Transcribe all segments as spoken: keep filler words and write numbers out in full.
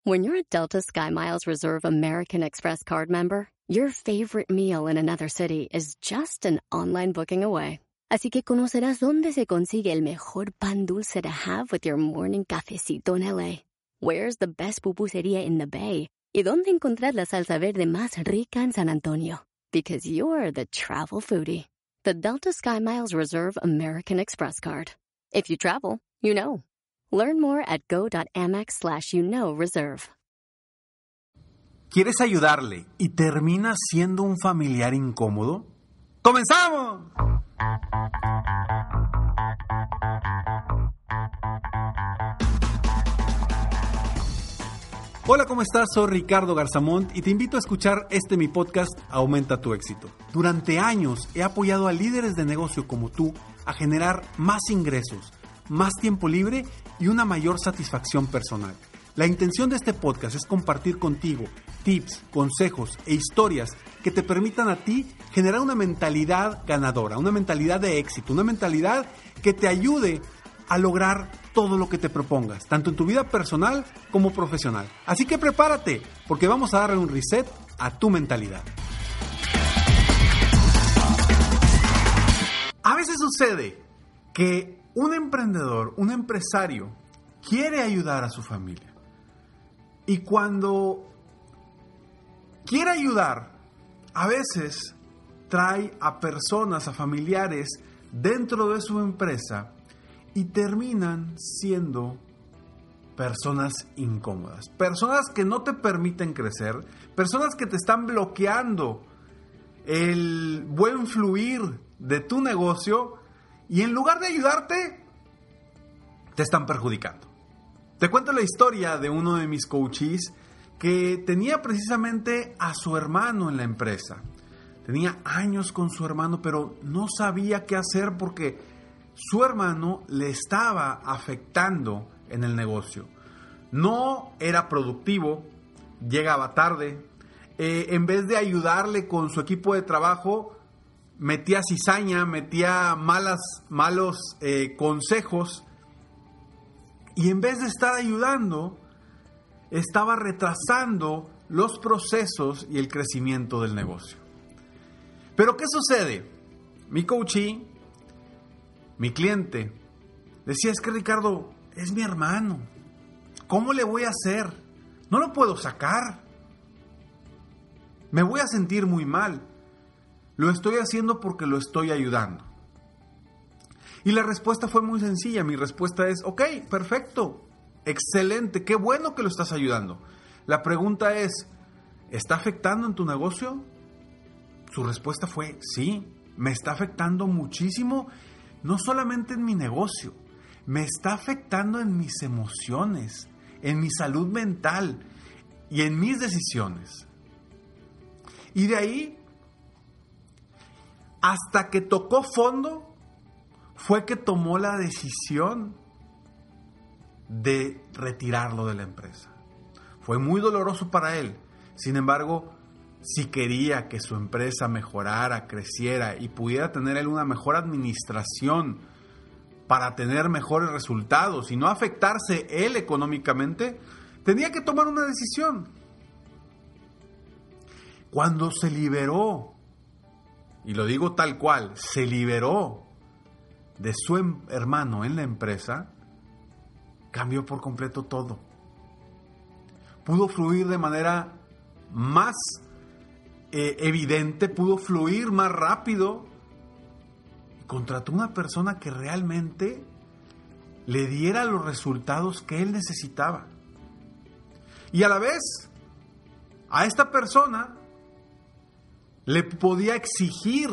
When you're a Delta SkyMiles Reserve American Express card member, your favorite meal in another city is just an online booking away. Así que conocerás dónde se consigue el mejor pan dulce to have with your morning cafecito en L A. Where's the best pupusería in the Bay? Y dónde encontrar la salsa verde más rica en San Antonio. Because you're the travel foodie. The Delta SkyMiles Reserve American Express card. If you travel, you know. Learn more at go.amex slash you know reserve. ¿Quieres ayudarle y terminas siendo un familiar incómodo? ¡Comenzamos! Hola, ¿cómo estás? Soy Ricardo Garzamont y te invito a escuchar este mi podcast Aumenta tu éxito. Durante años he apoyado a líderes de negocio como tú a generar más ingresos, más tiempo libre y una mayor satisfacción personal. La intención de este podcast es compartir contigo tips, consejos e historias que te permitan a ti generar una mentalidad ganadora, una mentalidad de éxito, una mentalidad que te ayude a lograr todo lo que te propongas, tanto en tu vida personal como profesional. Así que prepárate, porque vamos a darle un reset a tu mentalidad. A veces sucede que un emprendedor, un empresario, quiere ayudar a su familia. Y cuando quiere ayudar, a veces trae a personas, a familiares dentro de su empresa y terminan siendo personas incómodas. Personas que no te permiten crecer, personas que te están bloqueando el buen fluir de tu negocio. Y en lugar de ayudarte, te están perjudicando. Te cuento la historia de uno de mis coaches que tenía precisamente a su hermano en la empresa. Tenía años con su hermano, pero no sabía qué hacer porque su hermano le estaba afectando en el negocio. No era productivo, llegaba tarde. Eh, en vez de ayudarle con su equipo de trabajo, metía cizaña, metía malas, malos eh, consejos y en vez de estar ayudando, estaba retrasando los procesos y el crecimiento del negocio. Pero ¿qué sucede? Mi coachee, mi cliente, decía, es que Ricardo, es mi hermano. ¿Cómo le voy a hacer? No lo puedo sacar. Me voy a sentir muy mal. Lo estoy haciendo porque lo estoy ayudando. Y la respuesta fue muy sencilla. Mi respuesta es, ok, perfecto, excelente, qué bueno que lo estás ayudando. La pregunta es, ¿está afectando en tu negocio? Su respuesta fue, sí, me está afectando muchísimo, no solamente en mi negocio, me está afectando en mis emociones, en mi salud mental y en mis decisiones. Y de ahí, hasta que tocó fondo, fue que tomó la decisión de retirarlo de la empresa. Fue muy doloroso para él. Sin embargo, si quería que su empresa mejorara, creciera y pudiera tener él una mejor administración para tener mejores resultados y no afectarse él económicamente, tenía que tomar una decisión. Cuando se liberó, y lo digo tal cual, se liberó de su hermano en la empresa, cambió por completo todo. Pudo fluir de manera más eh, evidente, pudo fluir más rápido. Contrató una persona que realmente le diera los resultados que él necesitaba. Y a la vez, a esta persona le podía exigir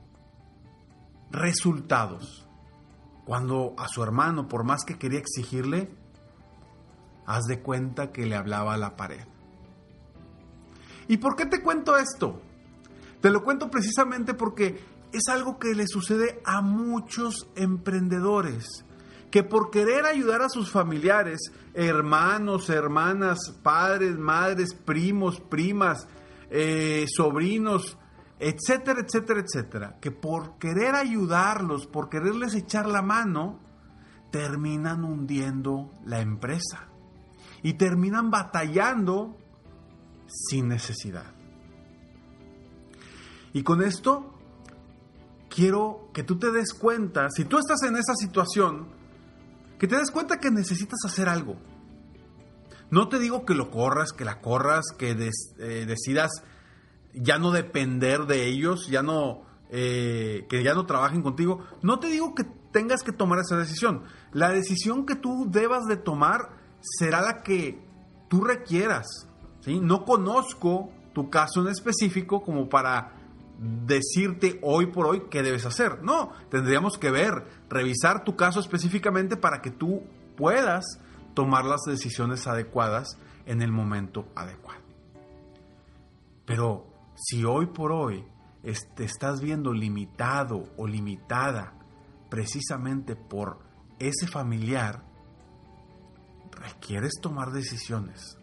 resultados. Cuando a su hermano, por más que quería exigirle, haz de cuenta que le hablaba a la pared. ¿Y por qué te cuento esto? Te lo cuento precisamente porque es algo que le sucede a muchos emprendedores, que por querer ayudar a sus familiares, hermanos, hermanas, padres, madres, primos, primas, eh, sobrinos, etcétera, etcétera, etcétera, que por querer ayudarlos, por quererles echar la mano, terminan hundiendo la empresa. y terminan batallando sin necesidad. Y con esto quiero que tú te des cuenta, si tú estás en esa situación, que te des cuenta que necesitas hacer algo. No te digo que lo corras, que la corras, que des, eh, decidas ya no depender de ellos, ya no, eh, que ya no trabajen contigo. No te digo que tengas que tomar esa decisión. La decisión que tú debas de tomar será la que tú requieras, ¿sí? No conozco tu caso en específico como para decirte hoy por hoy qué debes hacer. No, tendríamos que ver, revisar tu caso específicamente para que tú puedas tomar las decisiones adecuadas en el momento adecuado. Pero si hoy por hoy te estás viendo limitado o limitada precisamente por ese familiar, requieres tomar decisiones.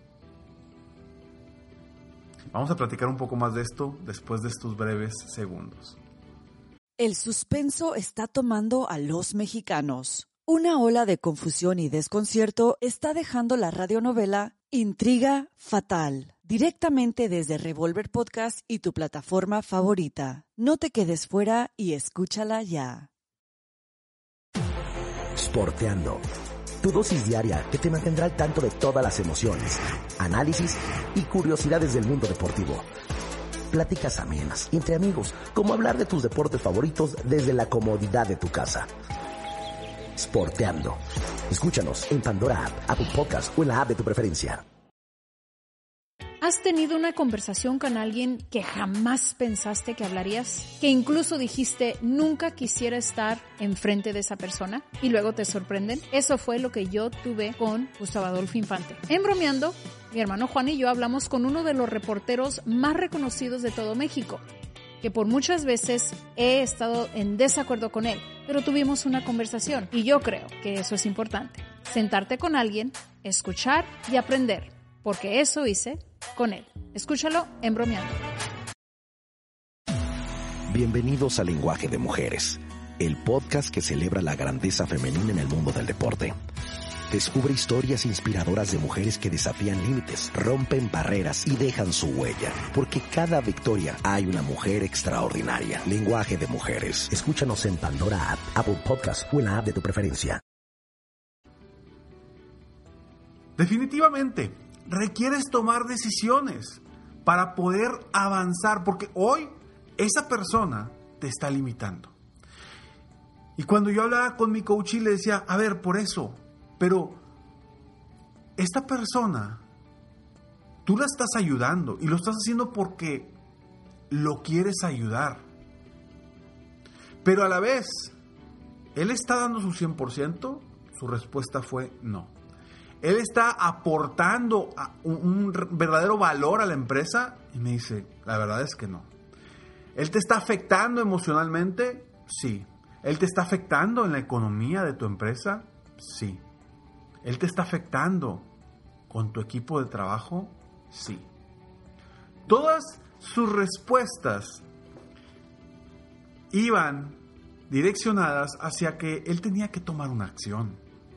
Vamos a platicar un poco más de esto después de estos breves segundos. El suspenso está tomando a los mexicanos. Una ola de confusión y desconcierto está dejando la radionovela Intriga Fatal, directamente desde Revolver Podcast y tu plataforma favorita. No te quedes fuera y escúchala ya. Sporteando, tu dosis diaria que te mantendrá al tanto de todas las emociones, análisis y curiosidades del mundo deportivo. Pláticas amenas entre amigos, como hablar de tus deportes favoritos desde la comodidad de tu casa. Sporteando. Escúchanos en Pandora App, Apple Podcast o en la app de tu preferencia. ¿Has tenido una conversación con alguien que jamás pensaste que hablarías? Que incluso dijiste, nunca quisiera estar enfrente de esa persona, y luego te sorprenden. Eso fue lo que yo tuve con Gustavo Adolfo Infante. En Bromeando, mi hermano Juan y yo hablamos con uno de los reporteros más reconocidos de todo México, que por muchas veces he estado en desacuerdo con él, pero tuvimos una conversación, y yo creo que eso es importante. Sentarte con alguien, escuchar y aprender, porque eso hice con él. Escúchalo en Bromeando. Bienvenidos a Lenguaje de Mujeres, el podcast que celebra la grandeza femenina en el mundo del deporte. Descubre historias inspiradoras de mujeres que desafían límites, rompen barreras y dejan su huella. Porque cada victoria hay una mujer extraordinaria. Lenguaje de Mujeres. Escúchanos en Pandora App, Apple Podcast o en la app de tu preferencia. Definitivamente, requieres tomar decisiones para poder avanzar, porque hoy esa persona te está limitando. Y cuando yo hablaba con mi coach y le decía, a ver, por eso, pero esta persona, tú la estás ayudando y lo estás haciendo porque lo quieres ayudar. Pero a la vez, ¿él está dando su cien por ciento? Su respuesta fue no. ¿Él está aportando un, un verdadero valor a la empresa? Y me dice, la verdad es que no. ¿Él te está afectando emocionalmente? Sí. ¿Él te está afectando en la economía de tu empresa? Sí. ¿Él te está afectando con tu equipo de trabajo? Sí. Todas sus respuestas iban direccionadas hacia que él tenía que tomar una acción.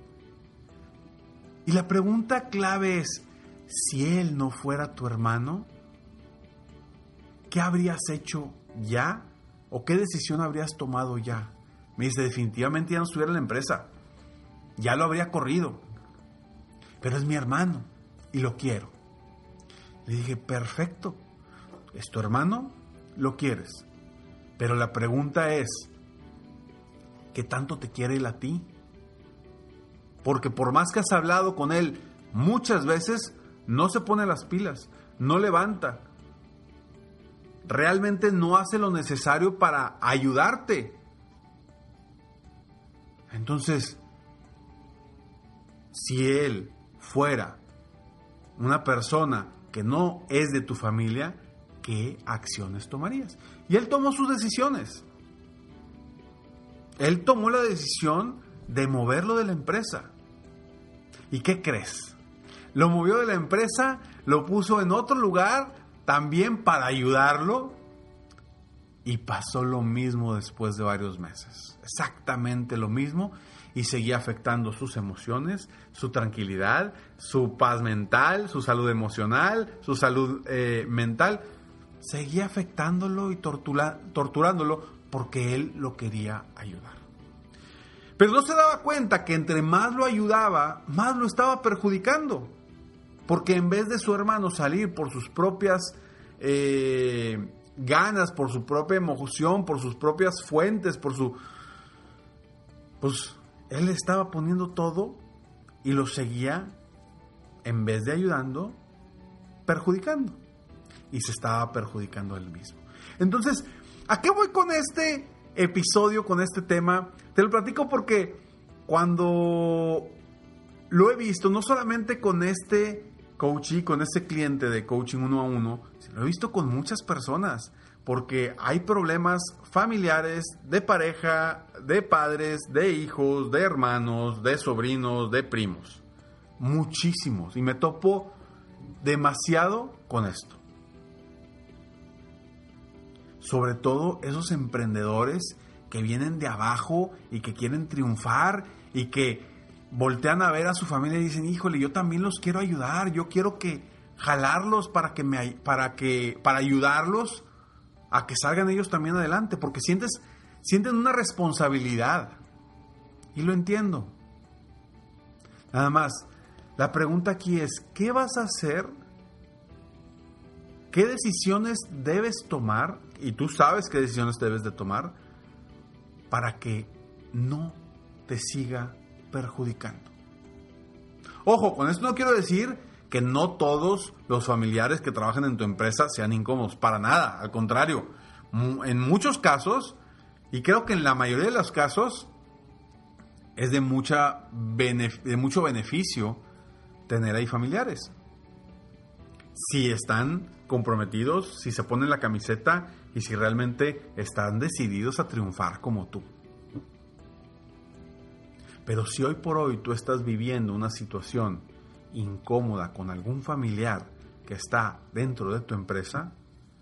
Y la pregunta clave es, si él no fuera tu hermano, ¿qué habrías hecho ya? ¿O qué decisión habrías tomado ya? Me dice, definitivamente ya no estuviera en la empresa. Ya lo habría corrido. Pero es mi hermano y lo quiero. Le dije, perfecto. Es tu hermano, lo quieres. Pero la pregunta es, ¿qué tanto te quiere él a ti? Porque por más que has hablado con él muchas veces, no se pone las pilas, no levanta. Realmente no hace lo necesario para ayudarte. Entonces, si él fuera una persona que no es de tu familia, ¿qué acciones tomarías? Y él tomó sus decisiones. Él tomó la decisión de moverlo de la empresa. ¿Y qué crees? Lo movió de la empresa, lo puso en otro lugar, también para ayudarlo, y pasó lo mismo después de varios meses. Exactamente lo mismo. y seguía afectando sus emociones, su tranquilidad, su paz mental, su salud emocional, su salud eh, mental. Seguía afectándolo y tortura, torturándolo porque él lo quería ayudar. Pero no se daba cuenta que entre más lo ayudaba, más lo estaba perjudicando. Porque en vez de su hermano salir por sus propias eh, ganas, por su propia emoción, por sus propias fuentes, por su... Pues él estaba poniendo todo y lo seguía, en vez de ayudando, perjudicando. Y se estaba perjudicando a él mismo. Entonces, ¿a qué voy con este episodio, con este tema? Te lo platico porque cuando lo he visto, no solamente con este coachee, con este cliente de coaching uno a uno, sino lo he visto con muchas personas. Porque hay problemas familiares, de pareja, de padres, de hijos, de hermanos, de sobrinos, de primos. Muchísimos. Y me topo demasiado con esto. Sobre todo esos emprendedores que vienen de abajo y que quieren triunfar y que voltean a ver a su familia y dicen, híjole, yo también los quiero ayudar, yo quiero que jalarlos para que me para que para ayudarlos a que salgan ellos también adelante, porque sientes sienten una responsabilidad. Y lo entiendo. Nada más, la pregunta aquí es, ¿qué vas a hacer? ¿Qué decisiones debes tomar? Y tú sabes qué decisiones debes de tomar para que no te siga perjudicando. Ojo, con esto no quiero decir que no todos los familiares que trabajan en tu empresa sean incómodos. Para nada, al contrario. En muchos casos, y creo que en la mayoría de los casos, es de, mucha benef- de mucho beneficio tener ahí familiares. Si están comprometidos, si se ponen la camiseta y si realmente están decididos a triunfar como tú. Pero si hoy por hoy tú estás viviendo una situación incómoda con algún familiar que está dentro de tu empresa,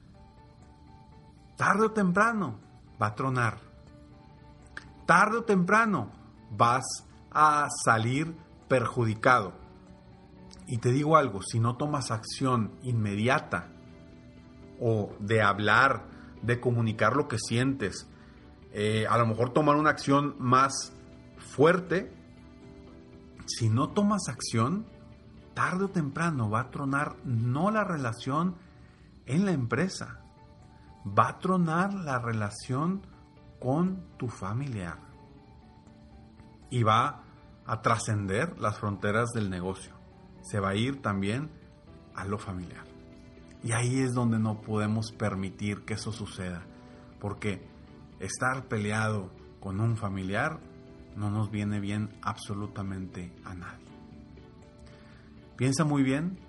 tarde o temprano va a tronar. Tarde o temprano vas a salir perjudicado. Y te digo algo, si no tomas acción inmediata o de hablar, de comunicar lo que sientes, eh, a lo mejor tomar una acción más fuerte, si no tomas acción, tarde o temprano va a tronar no la relación en la empresa, va a tronar la relación con tu familiar y va a trascender las fronteras del negocio. Se va a ir también a lo familiar. Y ahí es donde no podemos permitir que eso suceda, porque estar peleado con un familiar no nos viene bien absolutamente a nadie. Piensa muy bien,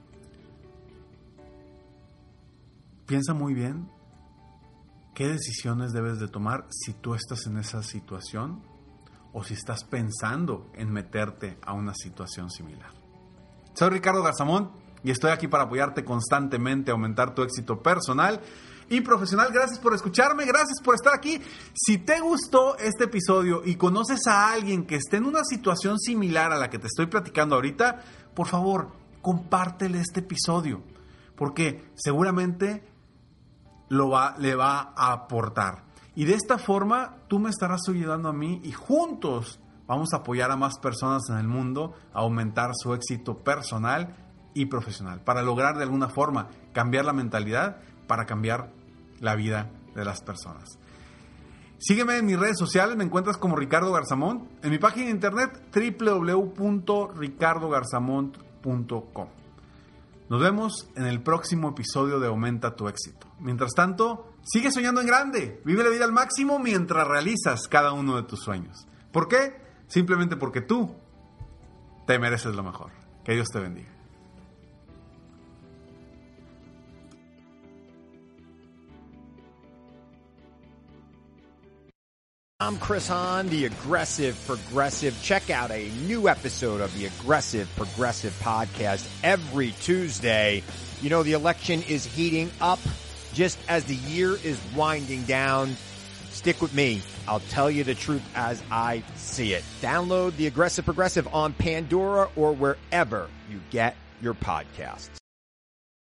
piensa muy bien qué decisiones debes de tomar si tú estás en esa situación o si estás pensando en meterte a una situación similar. Soy Ricardo Garzamont y estoy aquí para apoyarte constantemente a aumentar tu éxito personal y profesional. Gracias por escucharme, gracias por estar aquí. Si te gustó este episodio y conoces a alguien que esté en una situación similar a la que te estoy platicando ahorita, por favor, compártele este episodio, porque seguramente lo va, le va a aportar. Y de esta forma, tú me estarás ayudando a mí y juntos vamos a apoyar a más personas en el mundo a aumentar su éxito personal y profesional, para lograr de alguna forma cambiar la mentalidad, para cambiar la vida de las personas. Sígueme en mis redes sociales, me encuentras como Ricardo Garzamont, en mi página de internet doble u doble u doble u punto ricardo garzamont punto com. Nos vemos en el próximo episodio de Aumenta tu éxito. Mientras tanto, sigue soñando en grande, vive la vida al máximo mientras realizas cada uno de tus sueños. ¿Por qué? Simplemente porque tú te mereces lo mejor. Que Dios te bendiga. I'm Chris Hahn, the Aggressive Progressive. Check out a new episode of the Aggressive Progressive podcast every Tuesday. You know, the election is heating up just as the year is winding down. Stick with me. I'll tell you the truth as I see it. Download The Aggressive Progressive on Pandora or wherever you get your podcasts.